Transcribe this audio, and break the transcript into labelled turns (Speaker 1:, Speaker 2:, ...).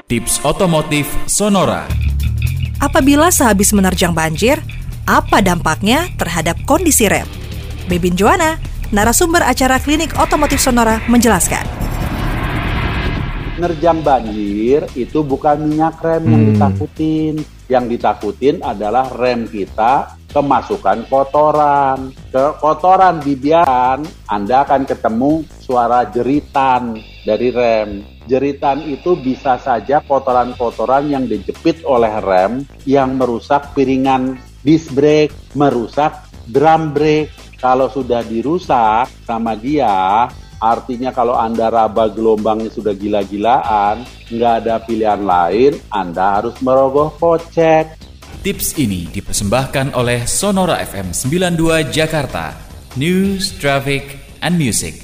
Speaker 1: Tips otomotif Sonora.
Speaker 2: Apabila sehabis menerjang banjir, apa dampaknya terhadap kondisi rem? Bebin Joana, narasumber acara Klinik Otomotif Sonora, menjelaskan.
Speaker 3: Nerjang banjir itu bukan minyak rem yang ditakutin. Yang ditakutin adalah rem kita kemasukan kotoran. Kotoran di biaran, Anda akan ketemu suara jeritan dari rem. Jeritan itu bisa saja kotoran-kotoran yang dijepit oleh rem yang merusak piringan disc brake, merusak drum brake. Kalau sudah dirusak sama dia, artinya kalau Anda raba gelombangnya sudah gila-gilaan, nggak ada pilihan lain, Anda harus merogoh kocek.
Speaker 1: Tips ini dipersembahkan oleh Sonora FM 92 Jakarta, News, Traffic, and Music.